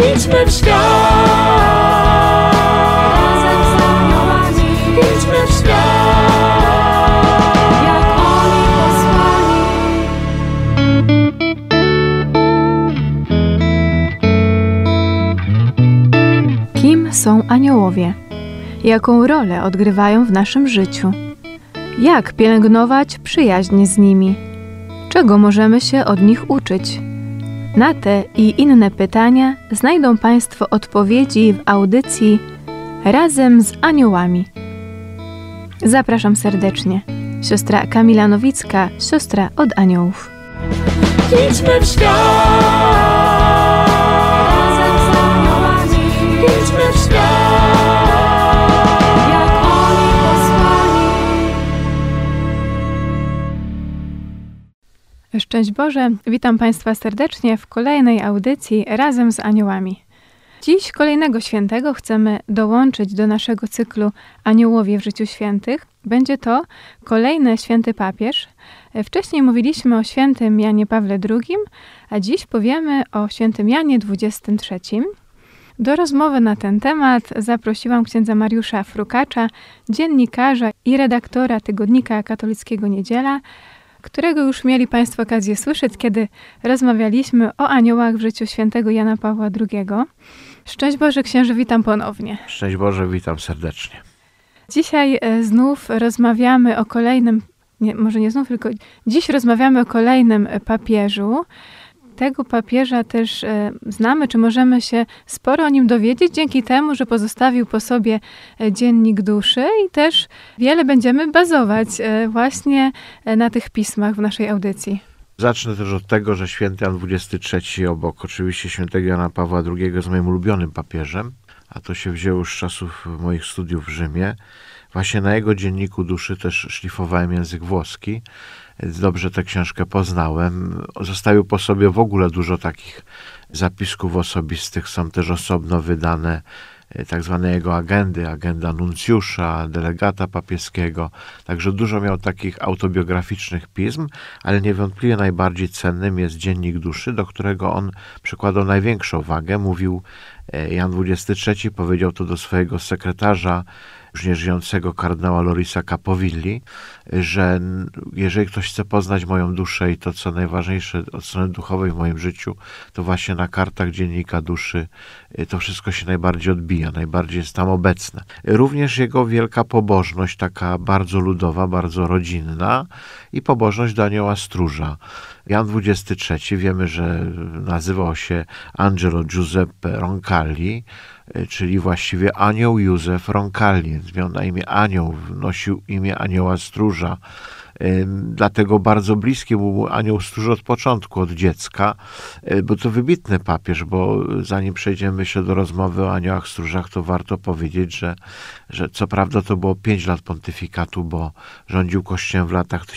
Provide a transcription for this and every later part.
Idźmy w świat, razem z aniołami. Idźmy w świat, jak oni posłani. Kim są aniołowie? Jaką rolę odgrywają w naszym życiu? Jak pielęgnować przyjaźń z nimi? Czego możemy się od nich uczyć? Na te i inne pytania znajdą Państwo odpowiedzi w audycji Razem z aniołami. Zapraszam serdecznie. Siostra Kamila Nowicka, siostra od aniołów. Idźmy w świat, razem z aniołami. Idźmy w świat, jak oni posłani. Szczęść Boże, witam Państwa serdecznie w kolejnej audycji Razem z aniołami. Dziś kolejnego świętego chcemy dołączyć do naszego cyklu Aniołowie w życiu świętych. Będzie to kolejny święty papież. Wcześniej mówiliśmy o świętym Janie Pawle II, a dziś powiemy o świętym Janie XXIII. Do rozmowy na ten temat zaprosiłam księdza Mariusza Frukacza, dziennikarza i redaktora tygodnika katolickiego Niedziela, którego już mieli Państwo okazję słyszeć, kiedy rozmawialiśmy o aniołach w życiu świętego Jana Pawła II. Szczęść Boże, księże, witam ponownie. Szczęść Boże, witam serdecznie. Dzisiaj znów rozmawiamy o kolejnym, może nie znów, tylko dziś rozmawiamy o kolejnym papieżu. Tego papieża też znamy, czy możemy się sporo o nim dowiedzieć dzięki temu, że pozostawił po sobie dziennik duszy i też wiele będziemy bazować właśnie na tych pismach w naszej audycji. Zacznę też od tego, że święty Jan XXIII, obok oczywiście świętego Jana Pawła II, jest moim ulubionym papieżem, a to się wzięło już z czasów moich studiów w Rzymie. Właśnie na jego dzienniku duszy też szlifowałem język włoski. Dobrze tę książkę poznałem. Zostawił po sobie w ogóle dużo takich zapisków osobistych. Są też osobno wydane tak zwane jego agendy, agenda nuncjusza, delegata papieskiego. Także dużo miał takich autobiograficznych pism, ale niewątpliwie najbardziej cennym jest dziennik duszy, do którego on przykładał największą wagę. Mówił Jan XXIII, powiedział to do swojego sekretarza, już nieżyjącego kardynała Lorisa Capovilli, że jeżeli ktoś chce poznać moją duszę i to, co najważniejsze od strony duchowej w moim życiu, to właśnie na kartach dziennika duszy to wszystko się najbardziej odbija, najbardziej jest tam obecne. Również jego wielka pobożność, taka bardzo ludowa, bardzo rodzinna i pobożność do anioła stróża. Jan XXIII, wiemy, że nazywał się Angelo Giuseppe Roncalli, czyli właściwie anioł Józef Roncalli, więc miał na imię anioł, nosił imię anioła stróża. Dlatego bardzo bliski był anioł stróż od początku, od dziecka, bo to wybitny papież, bo zanim przejdziemy myślę do rozmowy o aniołach stróżach, to warto powiedzieć, że co prawda to było 5 lat pontyfikatu, bo rządził Kościołem w latach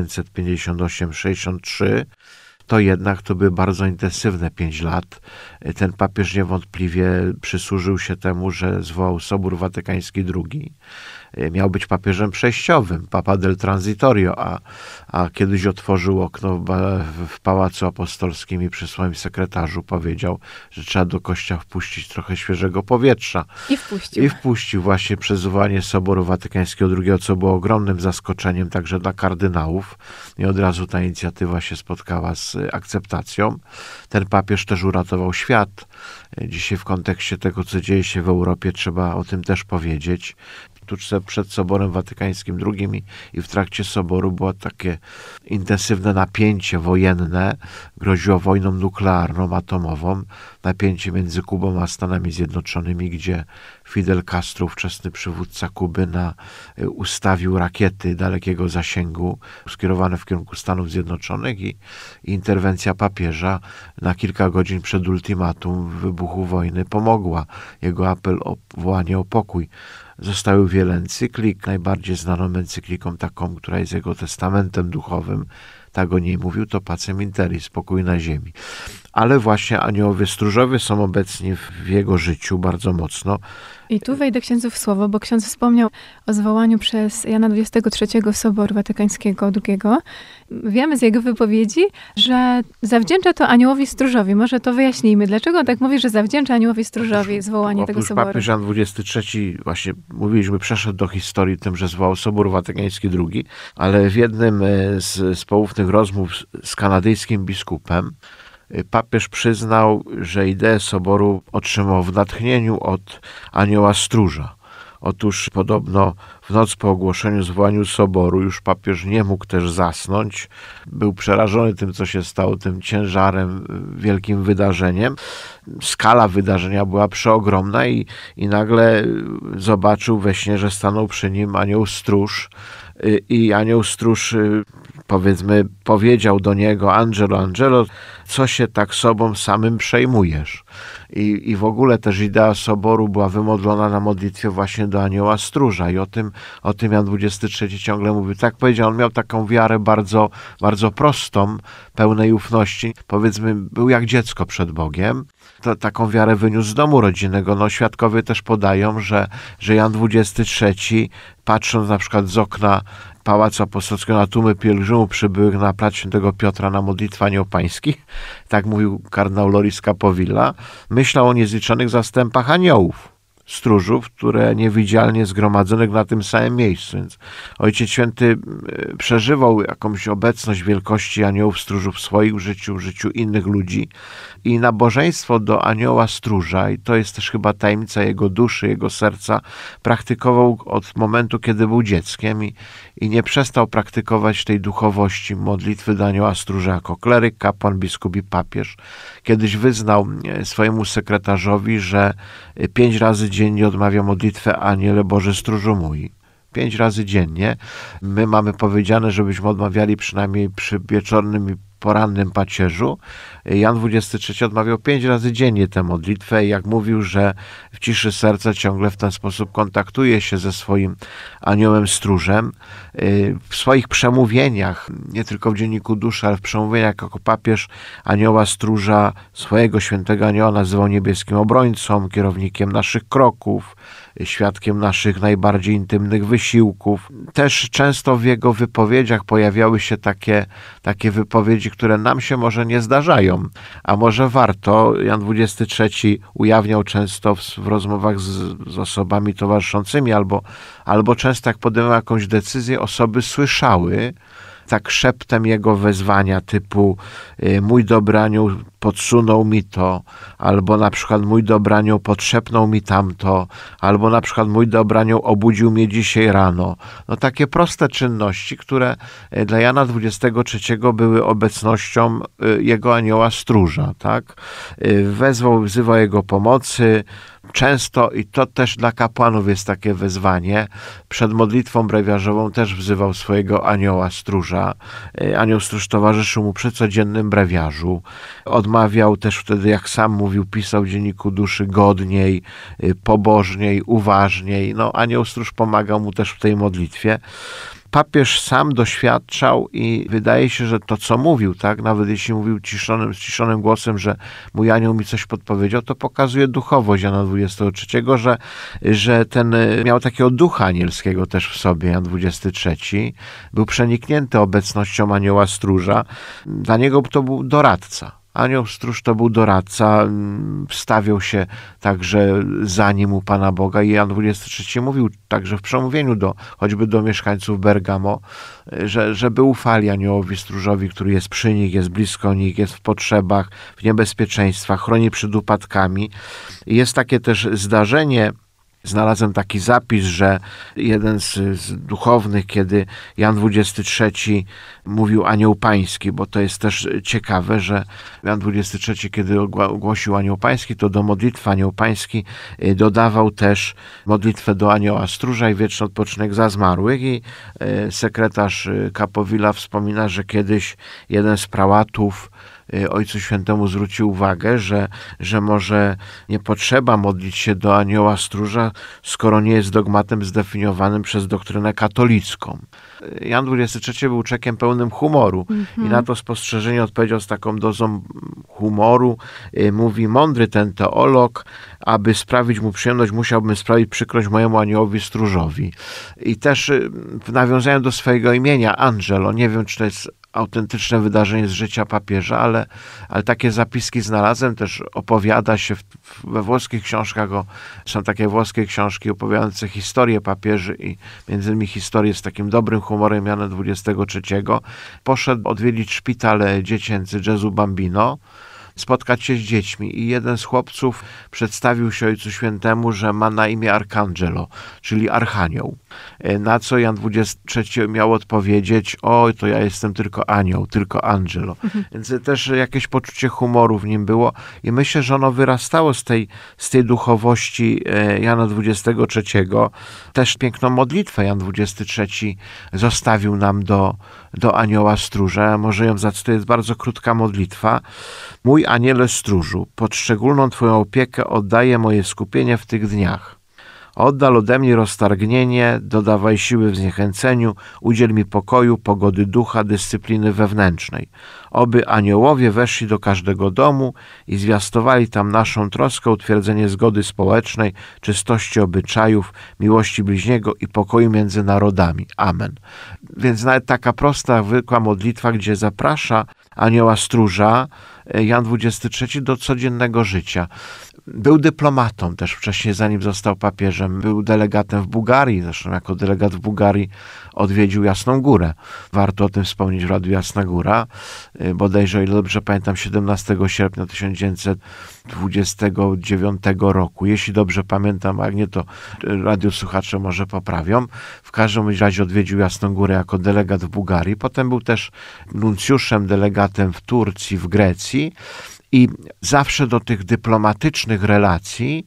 1958-63, to jednak to były bardzo intensywne 5 lat. Ten papież niewątpliwie przysłużył się temu, że zwołał Sobór Watykański II. Miał być papieżem przejściowym, Papa del Transitorio, a kiedyś otworzył okno w Pałacu Apostolskim i przy swoim sekretarzu powiedział, że trzeba do kościoła wpuścić trochę świeżego powietrza. I wpuścił właśnie przesuwanie Soboru Watykańskiego II, co było ogromnym zaskoczeniem także dla kardynałów. I od razu ta inicjatywa się spotkała z akceptacją. Ten papież też uratował świat. Dzisiaj w kontekście tego, co dzieje się w Europie, trzeba o tym też powiedzieć. Tuż przed Soborem Watykańskim II i w trakcie Soboru było takie intensywne napięcie wojenne, groziło wojną nuklearną, atomową, napięcie między Kubą a Stanami Zjednoczonymi, gdzie Fidel Castro, ówczesny przywódca Kuby, ustawił rakiety dalekiego zasięgu skierowane w kierunku Stanów Zjednoczonych i interwencja papieża na kilka godzin przed ultimatum wybuchu wojny pomogła. Jego apel o wołanie o pokój. Zostały wiele encyklik, najbardziej znaną encykliką taką, która jest jego testamentem duchowym, tak o niej mówił, to Pacem in Terris, spokój na ziemi. ale właśnie aniołowie stróżowie są obecni w jego życiu bardzo mocno. I tu wejdę księdzu w słowo, bo ksiądz wspomniał o zwołaniu przez Jana XXIII Soboru Watykańskiego II. Wiemy z jego wypowiedzi, że zawdzięcza to aniołowi stróżowi. Może to wyjaśnijmy. Dlaczego on tak mówi, że zawdzięcza aniołowi stróżowi zwołanie tego soboru? Papież Jan XXIII, właśnie mówiliśmy, przeszedł do historii tym, że zwołał Sobór Watykański II, ale w jednym z poufnych rozmów z kanadyjskim biskupem papież przyznał, że ideę soboru otrzymał w natchnieniu od anioła stróża. Otóż podobno w noc po ogłoszeniu zwołaniu soboru już papież nie mógł też zasnąć. Był przerażony tym, co się stało, tym ciężarem, wielkim wydarzeniem. Skala wydarzenia była przeogromna i nagle zobaczył we śnie, że stanął przy nim anioł stróż i anioł stróż, powiedzmy, powiedział do niego: Angelo, Angelo, co się tak sobą samym przejmujesz? I w ogóle też idea soboru była wymodlona na modlitwie właśnie do anioła stróża i o tym Jan XXIII ciągle mówił. Tak powiedział, on miał taką wiarę bardzo, bardzo prostą, pełnej ufności. Powiedzmy, był jak dziecko przed Bogiem. Taką wiarę wyniósł z domu rodzinnego. No, świadkowie też podają, że Jan XXIII, patrząc na przykład z okna Pałacu Apostolskiego na tłumy pielgrzymów przybyłych na plac Świętego Piotra na modlitwę Anioł Pański, tak mówił kardynał Loris Capovilla, myślał o niezliczonych zastępach aniołów, stróżów, które niewidzialnie zgromadzonych na tym samym miejscu. Więc Ojciec Święty przeżywał jakąś obecność wielkości aniołów stróżów w swoim życiu, w życiu innych ludzi i nabożeństwo do anioła stróża, i to jest też chyba tajemnica jego duszy, jego serca, praktykował od momentu, kiedy był dzieckiem i nie przestał praktykować tej duchowości modlitwy do anioła stróża jako kleryk, kapłan, biskup i papież. Kiedyś wyznał swojemu sekretarzowi, że 5 razy dziennie odmawia modlitwę: Aniele Boży stróżu mój. 5 razy dziennie. My mamy powiedziane, żebyśmy odmawiali przynajmniej przy wieczornym i porannym pacierzu. Jan XXIII odmawiał 5 razy dziennie tę modlitwę i jak mówił, że w ciszy serca ciągle w ten sposób kontaktuje się ze swoim aniołem stróżem. W swoich przemówieniach, nie tylko w Dzienniku Duszy, ale w przemówieniach jako papież anioła stróża, swojego świętego anioła nazywał niebieskim obrońcą, kierownikiem naszych kroków, świadkiem naszych najbardziej intymnych wysiłków. Też często w jego wypowiedziach pojawiały się takie wypowiedzi, które nam się może nie zdarzają, a może warto. Jan XXIII ujawniał często w rozmowach z osobami towarzyszącymi, albo często jak podejmował jakąś decyzję, osoby słyszały tak szeptem jego wezwania typu: mój dobry anioł podsunął mi to, albo na przykład mój dobry anioł podszepnął mi tamto, albo na przykład mój dobry anioł obudził mnie dzisiaj rano. No takie proste czynności, które dla Jana XXIII były obecnością jego anioła stróża, tak? Wzywał jego pomocy. Często, i to też dla kapłanów jest takie wezwanie, przed modlitwą brewiarzową też wzywał swojego anioła stróża. Anioł stróż towarzyszył mu przy codziennym brewiarzu. Odmawiał też wtedy, jak sam mówił, pisał w Dzienniku Duszy, godniej, pobożniej, uważniej. No, anioł stróż pomagał mu też w tej modlitwie. Papież sam doświadczał i wydaje się, że to, co mówił, tak, nawet jeśli mówił ściszonym głosem, że mój anioł mi coś podpowiedział, to pokazuje duchowość Jana XXIII, że ten miał takiego ducha anielskiego też w sobie, Jan XXIII. Był przeniknięty obecnością anioła stróża. Dla niego to był doradca. Anioł stróż to był doradca, wstawiał się także za nim u Pana Boga i Jan XXIII mówił także w przemówieniu choćby do mieszkańców Bergamo, żeby ufali aniołowi stróżowi, który jest przy nich, jest blisko nich, jest w potrzebach, w niebezpieczeństwach, chroni przed upadkami. Jest takie też zdarzenie, znalazłem taki zapis, że jeden z duchownych, kiedy Jan XXIII mówił anioł pański, bo to jest też ciekawe, że Jan XXIII, kiedy ogłosił anioł pański, to do modlitwy anioł pański dodawał też modlitwę do anioła stróża i wieczny odpoczynek za zmarłych. I sekretarz Capovilla wspomina, że kiedyś jeden z prałatów Ojcu Świętemu zwrócił uwagę, że może nie potrzeba modlić się do anioła stróża, skoro nie jest dogmatem zdefiniowanym przez doktrynę katolicką. Jan XXIII był człowiekiem pełnym humoru i na to spostrzeżenie odpowiedział z taką dozą humoru. Mówi: mądry ten teolog, aby sprawić mu przyjemność, musiałbym sprawić przykrość mojemu aniołowi stróżowi. I też nawiązałem do swojego imienia, Angelo. Nie wiem, czy to jest autentyczne wydarzenie z życia papieża, ale takie zapiski znalazłem. Też opowiada się we włoskich książkach, są takie włoskie książki opowiadające historię papieży i między innymi historię z takim dobrym humorem Jana XXIII. Poszedł odwiedzić szpital dziecięcy Gesù Bambino, spotkać się z dziećmi i jeden z chłopców przedstawił się Ojcu Świętemu, że ma na imię Arcangelo, czyli Archanioł. Na co Jan XXIII miał odpowiedzieć: o, to ja jestem tylko anioł, tylko Angelo. Więc też jakieś poczucie humoru w nim było i myślę, że ono wyrastało z tej duchowości Jana XXIII. Też piękną modlitwę Jan XXIII zostawił nam do anioła stróża. Może ją zacytuję, jest bardzo krótka modlitwa. Mój aniele stróżu, pod szczególną Twoją opiekę oddaję moje skupienie w tych dniach. Oddal ode mnie roztargnienie, dodawaj siły w zniechęceniu, udziel mi pokoju, pogody ducha, dyscypliny wewnętrznej. Oby aniołowie weszli do każdego domu i zwiastowali tam naszą troskę, utwierdzenie zgody społecznej, czystości obyczajów, miłości bliźniego i pokoju między narodami. Amen. Więc nawet taka prosta, zwykła modlitwa, gdzie zaprasza anioła stróża Jan XXIII do codziennego życia. Był dyplomatą też wcześniej, zanim został papieżem. Był delegatem w Bułgarii, zresztą jako delegat w Bułgarii odwiedził Jasną Górę. Warto o tym wspomnieć w Radiu Jasna Góra. Bodajże, o ile dobrze pamiętam, 17 sierpnia 1929 roku. Jeśli dobrze pamiętam, a jak nie, to radiosłuchacze może poprawią. W każdym razie odwiedził Jasną Górę jako delegat w Bułgarii. Potem był też nuncjuszem, delegatem w Turcji, w Grecji. I zawsze do tych dyplomatycznych relacji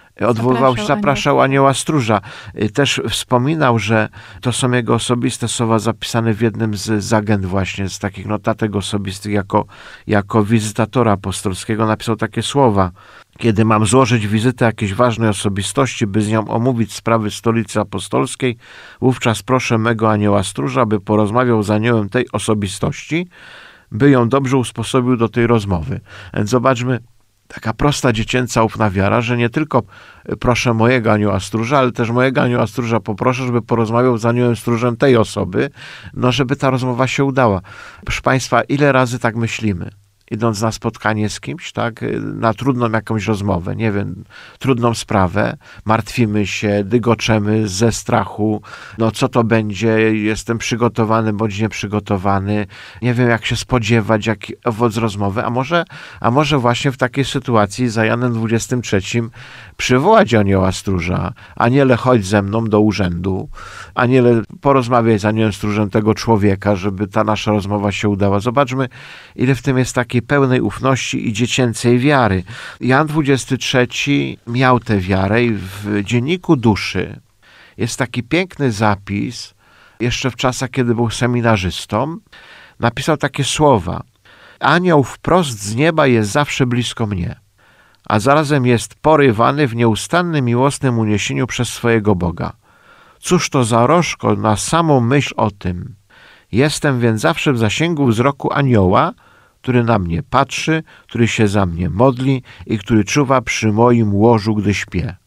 zapraszał anioła stróża. Też wspominał, że to są jego osobiste słowa zapisane w jednym z agend właśnie, z takich notatek osobistych jako wizytatora apostolskiego. Napisał takie słowa: kiedy mam złożyć wizytę jakiejś ważnej osobistości, by z nią omówić sprawy stolicy apostolskiej, wówczas proszę mego anioła stróża, by porozmawiał z aniołem tej osobistości, by ją dobrze usposobił do tej rozmowy. Więc zobaczmy, taka prosta, dziecięca, ufna wiara, że nie tylko proszę mojego anioła stróża, ale też mojego anioła stróża poproszę, żeby porozmawiał z aniołem stróżem tej osoby, żeby ta rozmowa się udała. Proszę Państwa, ile razy tak myślimy? Idąc na spotkanie z kimś, tak, na trudną jakąś rozmowę, nie wiem, trudną sprawę, martwimy się, dygoczemy ze strachu, co to będzie, jestem przygotowany bądź nieprzygotowany, nie wiem jak się spodziewać, jaki owoc rozmowy, a może właśnie w takiej sytuacji za Janem XXIII przywołać anioła stróża: aniele, chodź ze mną do urzędu, aniele, porozmawiaj z aniołem stróżem tego człowieka, żeby ta nasza rozmowa się udała. Zobaczmy, ile w tym jest takiej pełnej ufności i dziecięcej wiary. Jan XXIII miał tę wiarę i w Dzienniku Duszy jest taki piękny zapis, jeszcze w czasach, kiedy był seminarzystą, napisał takie słowa: anioł wprost z nieba jest zawsze blisko mnie, a zarazem jest porywany w nieustannym miłosnym uniesieniu przez swojego Boga. Cóż to za rożko na samą myśl o tym. Jestem więc zawsze w zasięgu wzroku anioła, który na mnie patrzy, który się za mnie modli i który czuwa przy moim łożu, gdy śpię.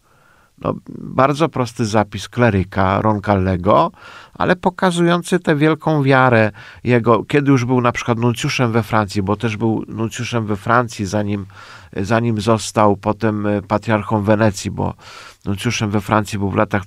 Bardzo prosty zapis kleryka Roncallego, ale pokazujący tę wielką wiarę jego, kiedy już był na przykład nuncjuszem we Francji, bo też był nuncjuszem we Francji, zanim został potem patriarchą Wenecji, bo nuncjuszem we Francji był w latach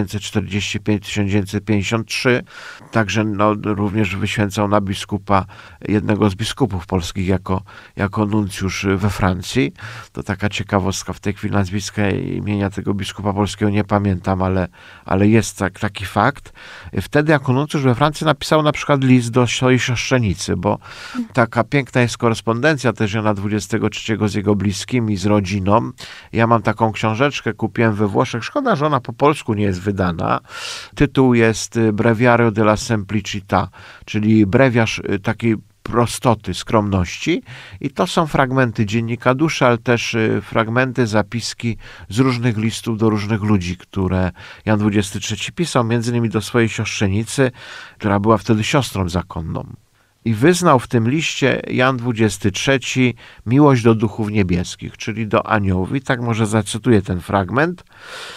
1945-1953, także również wyświęcał na biskupa jednego z biskupów polskich jako nuncjusz we Francji. To taka ciekawostka, w tej chwili nazwiska i imienia tego biskupa polskiego nie pamiętam, ale jest taki fakt. Wtedy jako nuncjusz we Francji napisał na przykład list do swojej siostrzenicy, bo taka piękna jest korespondencja też Jana XXIII z jego bliskimi, z rodziną. Ja mam taką książeczkę, kupiłem we Włoszech. Szkoda, że ona po polsku nie jest wydana. Tytuł jest Breviario della Semplicità, czyli brewiarz, taki prostoty, skromności. I to są fragmenty dziennika duszy, ale też fragmenty, zapiski z różnych listów do różnych ludzi, które Jan XXIII pisał, między innymi do swojej siostrzenicy, która była wtedy siostrą zakonną. I wyznał w tym liście Jan XXIII miłość do duchów niebieskich, czyli do aniołów. I tak może zacytuję ten fragment.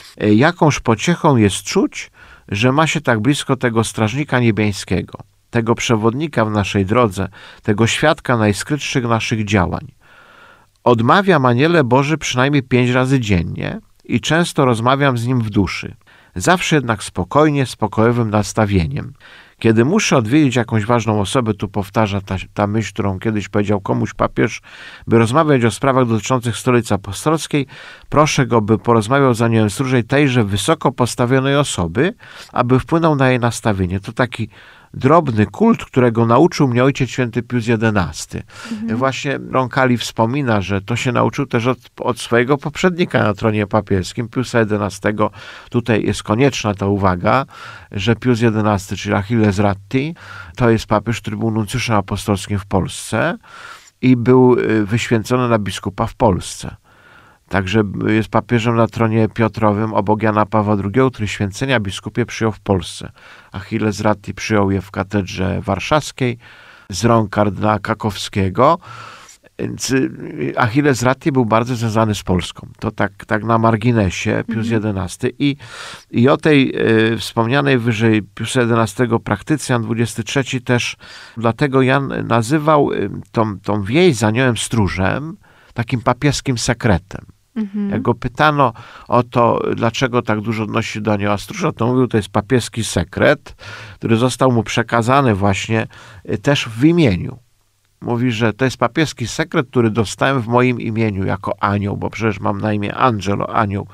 Jakąż pociechą jest czuć, że ma się tak blisko tego strażnika niebiańskiego, tego przewodnika w naszej drodze, tego świadka najskrytszych naszych działań. Odmawiam aniele Boży przynajmniej 5 razy dziennie i często rozmawiam z nim w duszy. Zawsze jednak spokojnie, z pokojowym nastawieniem. Kiedy muszę odwiedzić jakąś ważną osobę, tu powtarza ta myśl, którą kiedyś powiedział komuś papież, by rozmawiać o sprawach dotyczących Stolicy Apostolskiej, proszę go, by porozmawiał z aniołem stróżem tejże wysoko postawionej osoby, aby wpłynął na jej nastawienie. To taki drobny kult, którego nauczył mnie ojciec święty Pius XI. Właśnie Roncalli wspomina, że to się nauczył też od swojego poprzednika na tronie papieskim, Piusa XI. Tutaj jest konieczna ta uwaga, że Pius XI, czyli Achilles Ratti, to jest papież, który był nuncjuszem apostolskim w Polsce i był wyświęcony na biskupa w Polsce. Także jest papieżem na tronie Piotrowym obok Jana Pawła II, który święcenia biskupie przyjął w Polsce. Achilles Ratti przyjął je w katedrze warszawskiej z rąk kardynała Kakowskiego. Więc Achilles Ratti był bardzo związany z Polską. To tak na marginesie, Pius XI. I o tej wspomnianej wyżej Piusa XI praktyce Jan XXIII też, dlatego Jan nazywał tą wieść z aniołem stróżem takim papieskim sekretem. Jak go pytano o to, dlaczego tak dużo odnosi do anioła stróża, to mówił, to jest papieski sekret, który został mu przekazany właśnie też w imieniu. Mówi, że to jest papieski sekret, który dostałem w moim imieniu jako anioł, bo przecież mam na imię Angelo, anioł.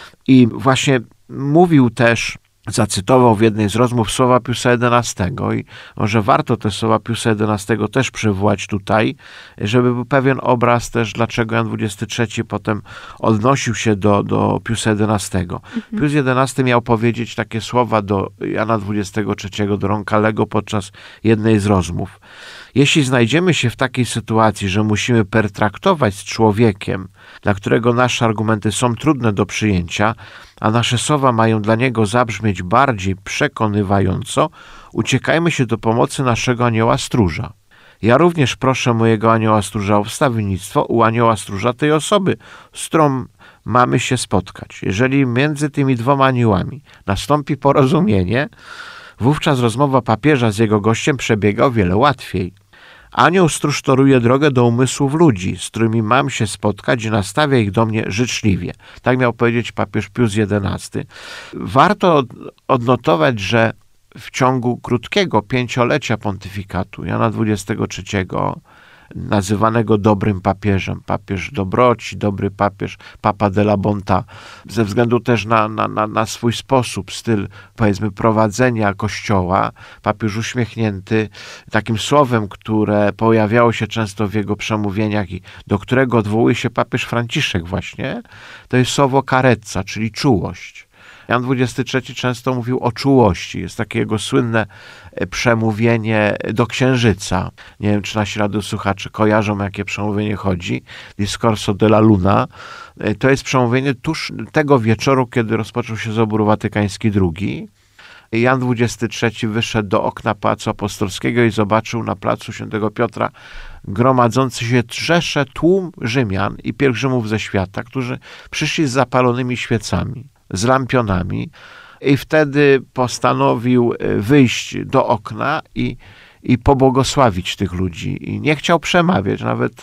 I właśnie mówił też, zacytował w jednej z rozmów słowa Piusa XI i może warto te słowa Piusa XI też przywołać tutaj, żeby był pewien obraz też, dlaczego Jan XXIII potem odnosił się do Piusa XI. Pius XI miał powiedzieć takie słowa do Jana XXIII, do Roncallego podczas jednej z rozmów. Jeśli znajdziemy się w takiej sytuacji, że musimy pertraktować z człowiekiem, dla którego nasze argumenty są trudne do przyjęcia, a nasze słowa mają dla niego zabrzmieć bardziej przekonywająco, uciekajmy się do pomocy naszego anioła stróża. Ja również proszę mojego anioła stróża o wstawiennictwo u anioła stróża tej osoby, z którą mamy się spotkać. Jeżeli między tymi dwoma aniołami nastąpi porozumienie, wówczas rozmowa papieża z jego gościem przebiega o wiele łatwiej. Anioł stróż toruje drogę do umysłów ludzi, z którymi mam się spotkać i nastawia ich do mnie życzliwie. Tak miał powiedzieć papież Pius XI. Warto odnotować, że w ciągu krótkiego 5-lecia pontyfikatu Jana XXIII, nazywanego dobrym papieżem, papież dobroci, dobry papież, Papa della Bontà, ze względu też na swój sposób, styl, powiedzmy, prowadzenia Kościoła, papież uśmiechnięty, takim słowem, które pojawiało się często w jego przemówieniach i do którego odwołuje się papież Franciszek właśnie, to jest słowo carezza, czyli czułość. Jan XXIII często mówił o czułości. Jest takie jego słynne przemówienie do Księżyca. Nie wiem, czy nasi radiosłuchacze kojarzą, o jakie przemówienie chodzi. Discorso della Luna. To jest przemówienie tuż tego wieczoru, kiedy rozpoczął się Sobór Watykański II. Jan XXIII wyszedł do okna Pałacu Apostolskiego i zobaczył na placu Świętego Piotra gromadzący się rzesze tłum Rzymian i pielgrzymów ze świata, którzy przyszli z zapalonymi świecami, z lampionami, i wtedy postanowił wyjść do okna i pobłogosławić tych ludzi. I nie chciał przemawiać. Nawet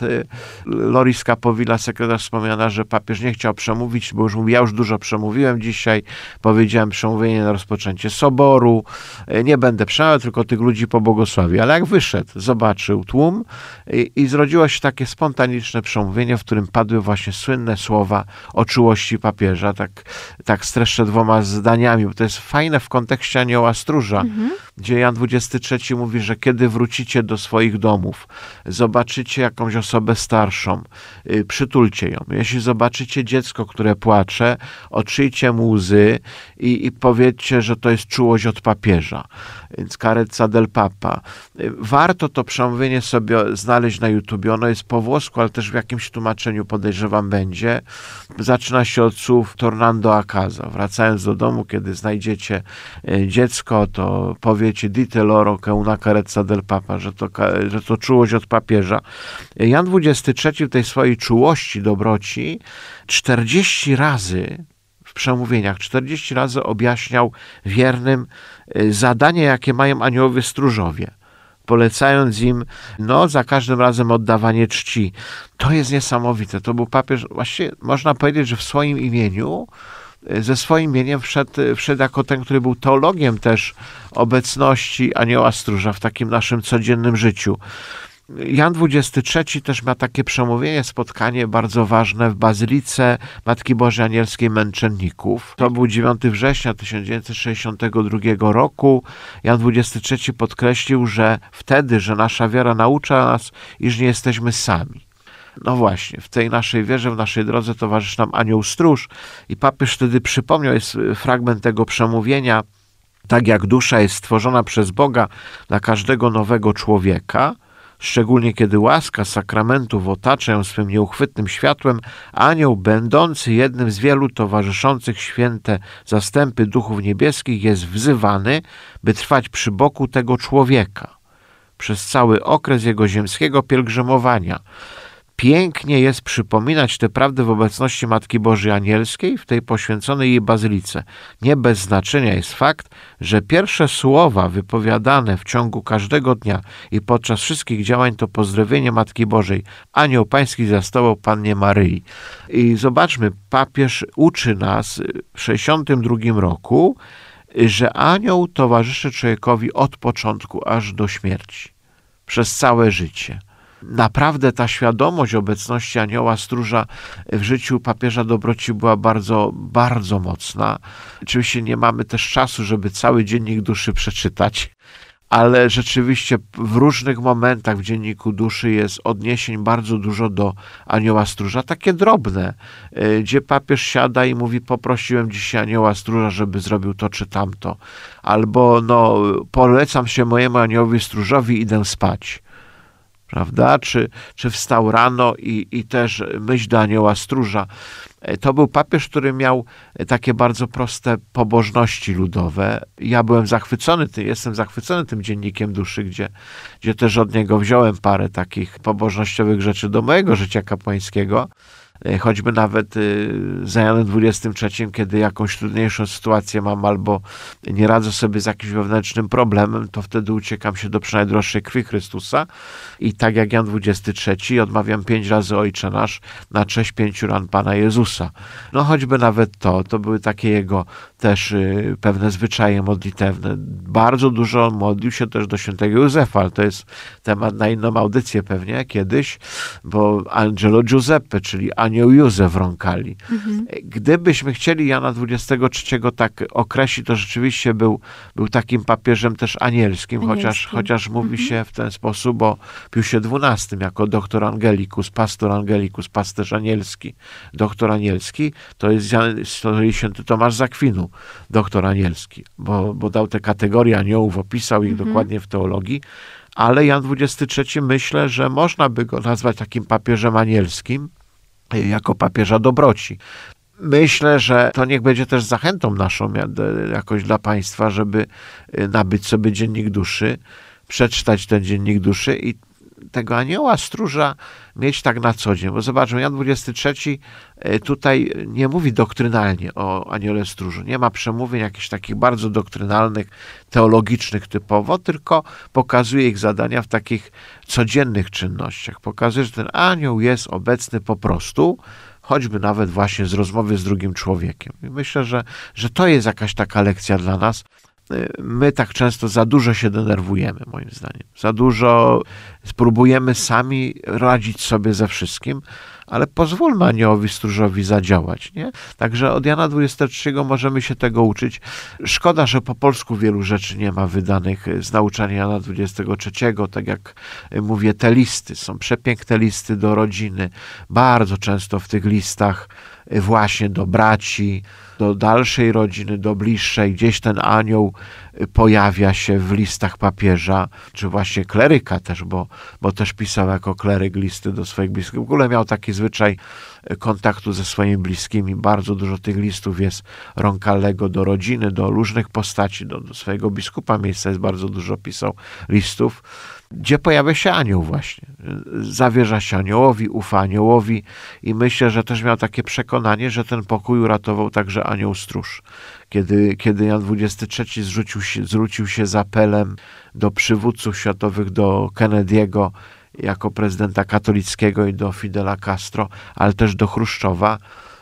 Loris Capovilla, sekretarz, wspomniana, że papież nie chciał przemówić, bo już mówi, ja już dużo przemówiłem dzisiaj, powiedziałem przemówienie na rozpoczęcie soboru, nie będę przemawiał, tylko tych ludzi pobłogosławił. Ale jak wyszedł, zobaczył tłum i zrodziło się takie spontaniczne przemówienie, w którym padły właśnie słynne słowa o czułości papieża. Tak streszczę 2 zdaniami, bo to jest fajne w kontekście anioła stróża, gdzie Jan XXIII mówi, że kiedy wrócicie do swoich domów, zobaczycie jakąś osobę starszą, przytulcie ją. Jeśli zobaczycie dziecko, które płacze, otrzyjcie mu łzy i powiedzcie, że to jest czułość od papieża. Więc Carezza del Papa. Warto to przemówienie sobie znaleźć na YouTubie. Ono jest po włosku, ale też w jakimś tłumaczeniu, podejrzewam, będzie. Zaczyna się od słów tornando a casa. Wracając do domu, kiedy znajdziecie dziecko, to powiecie dite loro che una carezza del Papa, że to czułość od papieża. Jan XXIII w tej swojej czułości, dobroci 40 razy w przemówieniach 40 razy objaśniał wiernym zadanie, jakie mają aniołowie stróżowie, polecając im za każdym razem oddawanie czci. To jest niesamowite. To był papież, właściwie można powiedzieć, że w swoim imieniu, ze swoim imieniem wszedł jako ten, który był teologiem też obecności anioła stróża w takim naszym codziennym życiu. Jan XXIII też ma takie przemówienie, spotkanie bardzo ważne w Bazylice Matki Bożej Anielskiej Męczenników. To był 9 września 1962 roku. Jan XXIII podkreślił, że nasza wiara naucza nas, iż nie jesteśmy sami. No właśnie, w tej naszej wierze, w naszej drodze towarzyszy nam anioł stróż i papież wtedy przypomniał, jest fragment tego przemówienia, tak jak dusza jest stworzona przez Boga dla każdego nowego człowieka, szczególnie kiedy łaska sakramentów otacza ją swym nieuchwytnym światłem, anioł, będący jednym z wielu towarzyszących święte zastępy duchów niebieskich, jest wzywany, by trwać przy boku tego człowieka przez cały okres jego ziemskiego pielgrzymowania. Pięknie jest przypominać te prawdy w obecności Matki Bożej Anielskiej w tej poświęconej jej bazylice. Nie bez znaczenia jest fakt, że pierwsze słowa wypowiadane w ciągu każdego dnia i podczas wszystkich działań to pozdrowienie Matki Bożej. Anioł Pański zastosował Pannie Maryi. I zobaczmy, papież uczy nas w 62 roku, że anioł towarzyszy człowiekowi od początku aż do śmierci. Przez całe życie. Naprawdę ta świadomość obecności anioła stróża w życiu papieża dobroci była bardzo, bardzo mocna. Oczywiście nie mamy też czasu, żeby cały dziennik duszy przeczytać, ale rzeczywiście w różnych momentach w dzienniku duszy jest odniesień bardzo dużo do anioła stróża, takie drobne, gdzie papież siada i mówi: poprosiłem dzisiaj anioła stróża, żeby zrobił to czy tamto, albo polecam się mojemu aniołowi stróżowi, idę spać. Prawda? Czy wstał rano i też myśl do anioła stróża. To był papież, który miał takie bardzo proste pobożności ludowe. Ja jestem zachwycony tym dziennikiem duszy, gdzie też od niego wziąłem parę takich pobożnościowych rzeczy do mojego życia kapłańskiego. Choćby nawet za Janem XXIII, kiedy jakąś trudniejszą sytuację mam albo nie radzę sobie z jakimś wewnętrznym problemem, to wtedy uciekam się do przenajdroższej krwi Chrystusa i tak jak Jan XXIII odmawiam 5 razy Ojcze Nasz na cześć 5 ran Pana Jezusa. Choćby nawet to były takie jego też pewne zwyczaje modlitewne. Bardzo dużo modlił się też do świętego Józefa, ale to jest temat na inną audycję pewnie kiedyś, bo Angelo Giuseppe, czyli anioł Józef Roncalli. Gdybyśmy chcieli Jana XXIII tak określić, to rzeczywiście był takim papieżem też anielskim, chociaż mówi się w ten sposób o Piusie XII jako doktor angelicus, pastor angelicus, pasterz anielski. Doktor anielski to jest święty Tomasz z Akwinu, doktor anielski, bo dał te kategorie aniołów, opisał ich dokładnie w teologii, ale Jan XXIII myślę, że można by go nazwać takim papieżem anielskim, jako papieża dobroci. Myślę, że to niech będzie też zachętą naszą jakoś dla Państwa, żeby nabyć sobie dziennik duszy, przeczytać ten dziennik duszy i tego anioła stróża mieć tak na co dzień. Bo zobaczmy, Jan XXIII tutaj nie mówi doktrynalnie o aniole stróżu. Nie ma przemówień jakichś takich bardzo doktrynalnych, teologicznych typowo, tylko pokazuje ich zadania w takich codziennych czynnościach. Pokazuje, że ten anioł jest obecny po prostu, choćby nawet właśnie z rozmowy z drugim człowiekiem. I myślę, że to jest jakaś taka lekcja dla nas. My tak często za dużo się denerwujemy, moim zdaniem. Za dużo spróbujemy sami radzić sobie ze wszystkim, ale pozwólmy aniołowi stróżowi zadziałać, nie? Także od Jana 23 możemy się tego uczyć. Szkoda, że po polsku wielu rzeczy nie ma wydanych z nauczania Jana 23. Tak jak mówię, te listy, są przepiękne listy do rodziny. Bardzo często w tych listach właśnie do braci, do dalszej rodziny, do bliższej, gdzieś ten anioł pojawia się w listach papieża, czy właśnie kleryka też, bo też pisał jako kleryk listy do swoich bliskich. W ogóle miał taki zwyczaj kontaktu ze swoimi bliskimi. Bardzo dużo tych listów jest Roncallego do rodziny, do różnych postaci, do swojego biskupa miejsca jest bardzo dużo pisał listów, gdzie pojawia się anioł właśnie. Zawierza się aniołowi, ufa aniołowi i myślę, że też miał takie przekonanie, że ten pokój uratował także anioł stróż. Kiedy Jan XXIII zwrócił się z apelem do przywódców światowych, do Kennedy'ego jako prezydenta katolickiego i do Fidela Castro, ale też do Chruszczowa,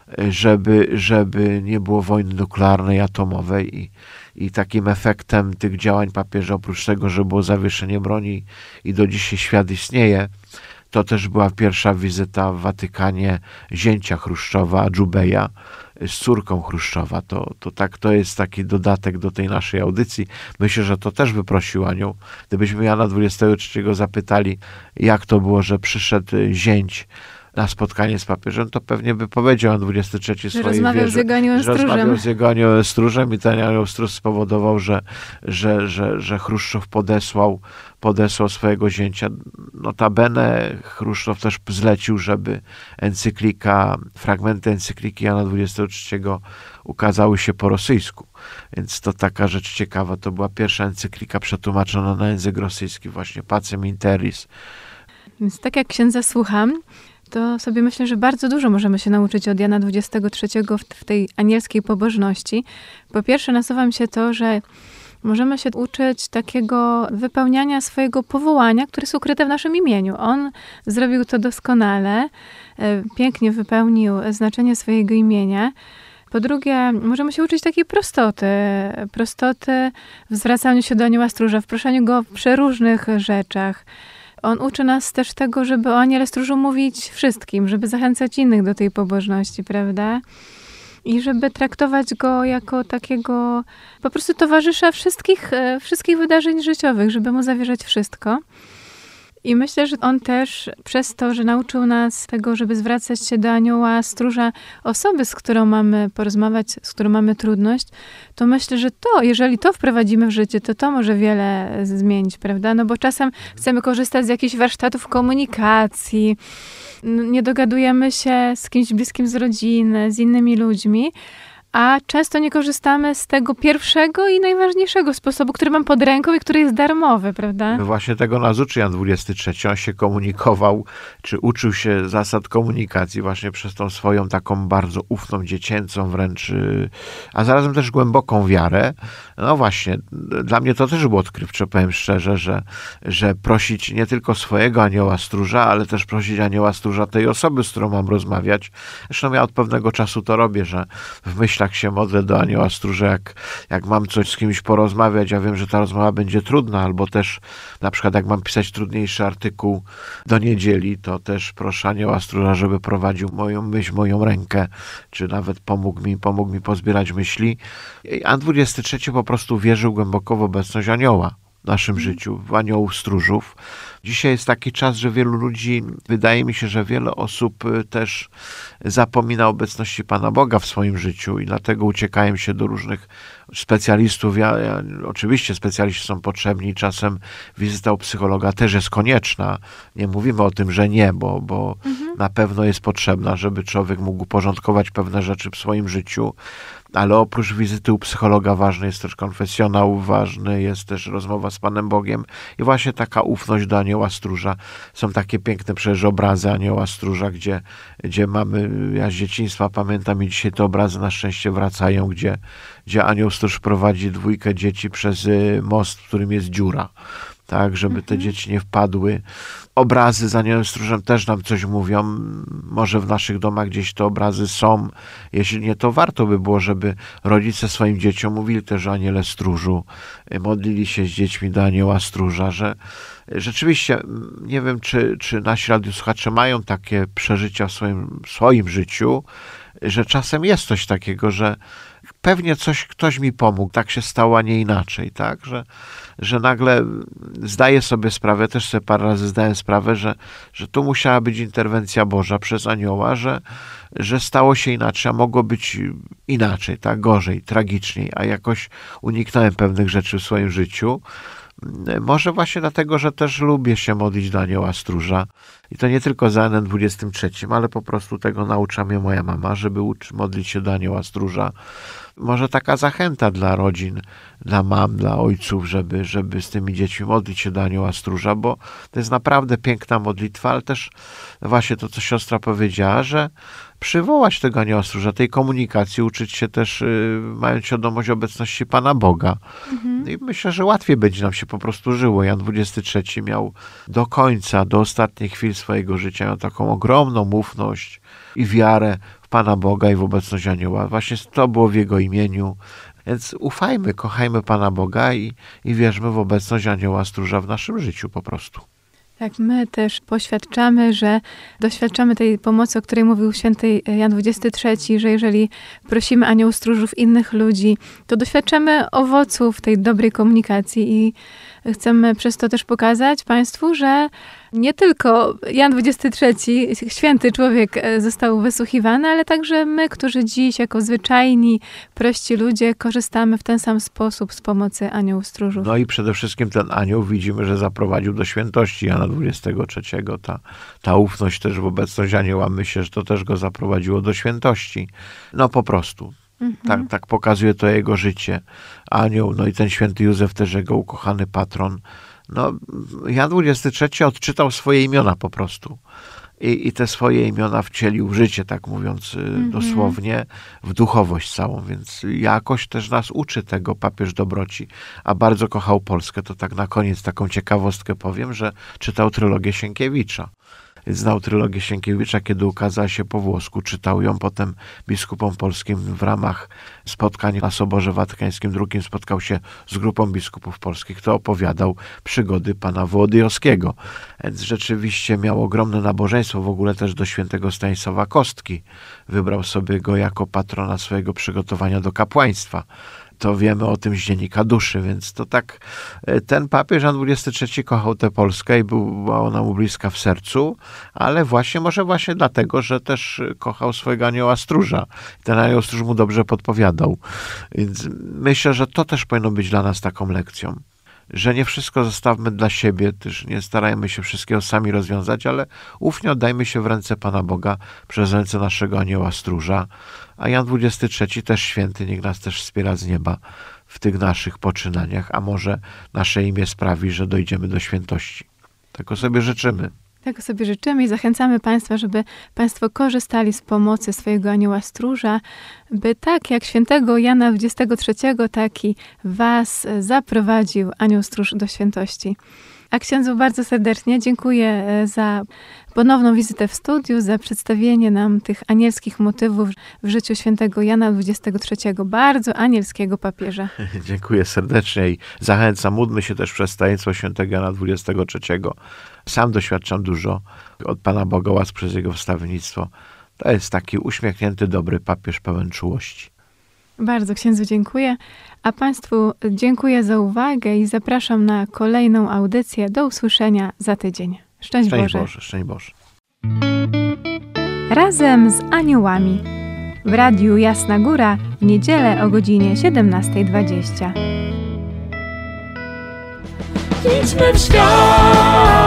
żeby nie było wojny nuklearnej, atomowej i takim efektem tych działań papieża, oprócz tego, że było zawieszenie broni i do dzisiaj świat istnieje, to też była pierwsza wizyta w Watykanie zięcia Chruszczowa, Dżubeja, z córką Chruszczowa. To jest taki dodatek do tej naszej audycji. Myślę, że to też wyprosił anioł. Gdybyśmy Jana 23 zapytali, jak to było, że przyszedł zięć na spotkanie z papieżem, to pewnie by powiedział Jan 23 swojej rozmawiał wierze, z jego aniołem że rozmawiał z jego aniołem stróżem i ten anioł stróż spowodował, że Chruszczow podesłał swojego zięcia. Notabene Chruszczow też zlecił, żeby fragmenty encykliki Jana 23 ukazały się po rosyjsku. Więc to taka rzecz ciekawa. To była pierwsza encyklika przetłumaczona na język rosyjski, właśnie Pacem in Terris. Więc tak jak księdza słucham, to sobie myślę, że bardzo dużo możemy się nauczyć od Jana 23 w tej anielskiej pobożności. Po pierwsze nasuwa mi się to, że możemy się uczyć takiego wypełniania swojego powołania, które jest ukryte w naszym imieniu. On zrobił to doskonale, pięknie wypełnił znaczenie swojego imienia. Po drugie, możemy się uczyć takiej prostoty w zwracaniu się do anioła stróża, w proszeniu go w przeróżnych rzeczach. On uczy nas też tego, żeby o aniele stróżu mówić wszystkim, żeby zachęcać innych do tej pobożności, prawda? I żeby traktować go jako takiego po prostu towarzysza wszystkich wydarzeń życiowych, żeby mu zawierzać wszystko. I myślę, że on też przez to, że nauczył nas tego, żeby zwracać się do anioła stróża osoby, z którą mamy porozmawiać, z którą mamy trudność, to myślę, że jeżeli to wprowadzimy w życie, to może wiele zmienić, prawda? No bo czasem chcemy korzystać z jakichś warsztatów komunikacji, nie dogadujemy się z kimś bliskim z rodziny, z innymi ludźmi, a często nie korzystamy z tego pierwszego i najważniejszego sposobu, który mam pod ręką i który jest darmowy, prawda? Właśnie tego nas uczy Jan XXIII. On się komunikował, czy uczył się zasad komunikacji właśnie przez tą swoją taką bardzo ufną, dziecięcą wręcz, a zarazem też głęboką wiarę. No właśnie, dla mnie to też było odkrywcze, powiem szczerze, że prosić nie tylko swojego anioła stróża, ale też prosić anioła stróża tej osoby, z którą mam rozmawiać. Zresztą ja od pewnego czasu to robię, że w myślach się modlę do anioła stróża, jak mam coś z kimś porozmawiać, ja wiem, że ta rozmowa będzie trudna, albo też na przykład jak mam pisać trudniejszy artykuł do niedzieli, to też proszę anioła stróża, żeby prowadził moją myśl, moją rękę, czy nawet pomógł mi pozbierać myśli. Jan XXIII po prostu wierzył głęboko w obecność anioła w naszym życiu, w aniołów stróżów. Dzisiaj jest taki czas, że wielu ludzi, wydaje mi się, że wiele osób też zapomina o obecności Pana Boga w swoim życiu i dlatego uciekają się do różnych specjalistów. Oczywiście specjaliści są potrzebni, czasem wizyta u psychologa też jest konieczna. Nie mówimy o tym, że nie, bo na pewno jest potrzebna, żeby człowiek mógł uporządkować pewne rzeczy w swoim życiu, ale oprócz wizyty u psychologa ważny jest też konfesjonał, ważny jest też rozmowa z Panem Bogiem i właśnie taka ufność do anioła stróża. Są takie piękne przecież obrazy anioła stróża, gdzie mamy, ja z dzieciństwa pamiętam i dzisiaj te obrazy na szczęście wracają, gdzie anioł stróż prowadzi dwójkę dzieci przez most, w którym jest dziura. tak, żeby te dzieci nie wpadły. Obrazy z aniołem stróżem też nam coś mówią. Może w naszych domach gdzieś te obrazy są. Jeśli nie, to warto by było, żeby rodzice swoim dzieciom mówili też o aniele stróżu, modlili się z dziećmi do anioła stróża, że rzeczywiście, nie wiem, czy nasi radiosłuchacze mają takie przeżycia w swoim życiu, że czasem jest coś takiego, że pewnie ktoś mi pomógł, tak się stało, a nie inaczej, tak? Że nagle zdaję sobie sprawę, też sobie parę razy zdałem sprawę, że tu musiała być interwencja Boża przez anioła, że stało się inaczej, a mogło być inaczej, tak? Gorzej, tragiczniej, a jakoś uniknąłem pewnych rzeczy w swoim życiu. Może właśnie dlatego, że też lubię się modlić do anioła stróża. I to nie tylko za N23, ale po prostu tego naucza mnie moja mama, żeby modlić się do anioła stróża. Może taka zachęta dla rodzin, dla mam, dla ojców, żeby z tymi dziećmi modlić się do anioła stróża, bo to jest naprawdę piękna modlitwa, ale też właśnie to, co siostra powiedziała, że przywołać tego anioła stróża, tej komunikacji, uczyć się też, mając świadomość obecności Pana Boga. I myślę, że łatwiej będzie nam się po prostu żyło. Jan XXIII miał do końca, do ostatniej chwili swojego życia, miał taką ogromną ufność i wiarę w Pana Boga i w obecność anioła. Właśnie to było w Jego imieniu. Więc ufajmy, kochajmy Pana Boga i wierzmy w obecność anioła stróża w naszym życiu po prostu. Tak, my też poświadczamy, że doświadczamy tej pomocy, o której mówił święty Jan XXIII, że jeżeli prosimy anioł stróżów innych ludzi, to doświadczamy owoców tej dobrej komunikacji i chcemy przez to też pokazać Państwu, że nie tylko Jan XXIII, święty człowiek, został wysłuchiwany, ale także my, którzy dziś jako zwyczajni, prości ludzie korzystamy w ten sam sposób z pomocy aniołów stróżów. No i przede wszystkim ten anioł widzimy, że zaprowadził do świętości Jana XXIII. Ta ufność też w obecność anioła, myślę, że to też go zaprowadziło do świętości. No po prostu. Tak pokazuje to jego życie. Anioł, no i ten święty Józef też jego ukochany patron. No, Jan XXIII odczytał swoje imiona po prostu. I te swoje imiona wcielił w życie, tak mówiąc dosłownie, w duchowość całą. Więc jakoś też nas uczy tego papież dobroci. A bardzo kochał Polskę. To tak na koniec taką ciekawostkę powiem, że czytał trylogię Sienkiewicza. Znał trylogię Sienkiewicza, kiedy ukazała się po włosku. Czytał ją potem biskupom polskim w ramach spotkań na Soborze Watykańskim II. Spotkał się z grupą biskupów polskich, kto opowiadał przygody pana Wołodyjowskiego. Więc rzeczywiście miał ogromne nabożeństwo, w ogóle też do świętego Stanisława Kostki. Wybrał sobie go jako patrona swojego przygotowania do kapłaństwa. To wiemy o tym z Dziennika Duszy, więc to tak ten papież Jan XXIII kochał tę Polskę i była ona mu bliska w sercu, ale może właśnie dlatego, że też kochał swojego anioła stróża. Ten anioł stróż mu dobrze podpowiadał. Więc myślę, że to też powinno być dla nas taką lekcją. Że nie wszystko zostawmy dla siebie, też nie starajmy się wszystkiego sami rozwiązać, ale ufnie oddajmy się w ręce Pana Boga przez ręce naszego anioła stróża. A Jan XXIII też święty, niech nas też wspiera z nieba w tych naszych poczynaniach, a może nasze imię sprawi, że dojdziemy do świętości. Tego sobie życzymy. Tego sobie życzymy i zachęcamy Państwa, żeby Państwo korzystali z pomocy swojego anioła stróża, by tak jak świętego Jana XXIII, taki Was zaprowadził anioł stróż do świętości. A księdzu bardzo serdecznie dziękuję za ponowną wizytę w studiu, za przedstawienie nam tych anielskich motywów w życiu świętego Jana XXIII, bardzo anielskiego papieża. Dziękuję serdecznie i zachęcam, módlmy się też przez tajemnictwo świętego Jana XXIII. Sam doświadczam dużo od Pana Boga łask przez jego wstawiennictwo. To jest taki uśmiechnięty, dobry papież pełen czułości. Bardzo księdzu dziękuję, a Państwu dziękuję za uwagę i zapraszam na kolejną audycję. Do usłyszenia za tydzień. Szczęść Boże. Szczęść Boże. Razem z aniołami. W Radiu Jasna Góra w niedzielę o godzinie 17:20. Idźmy w świat.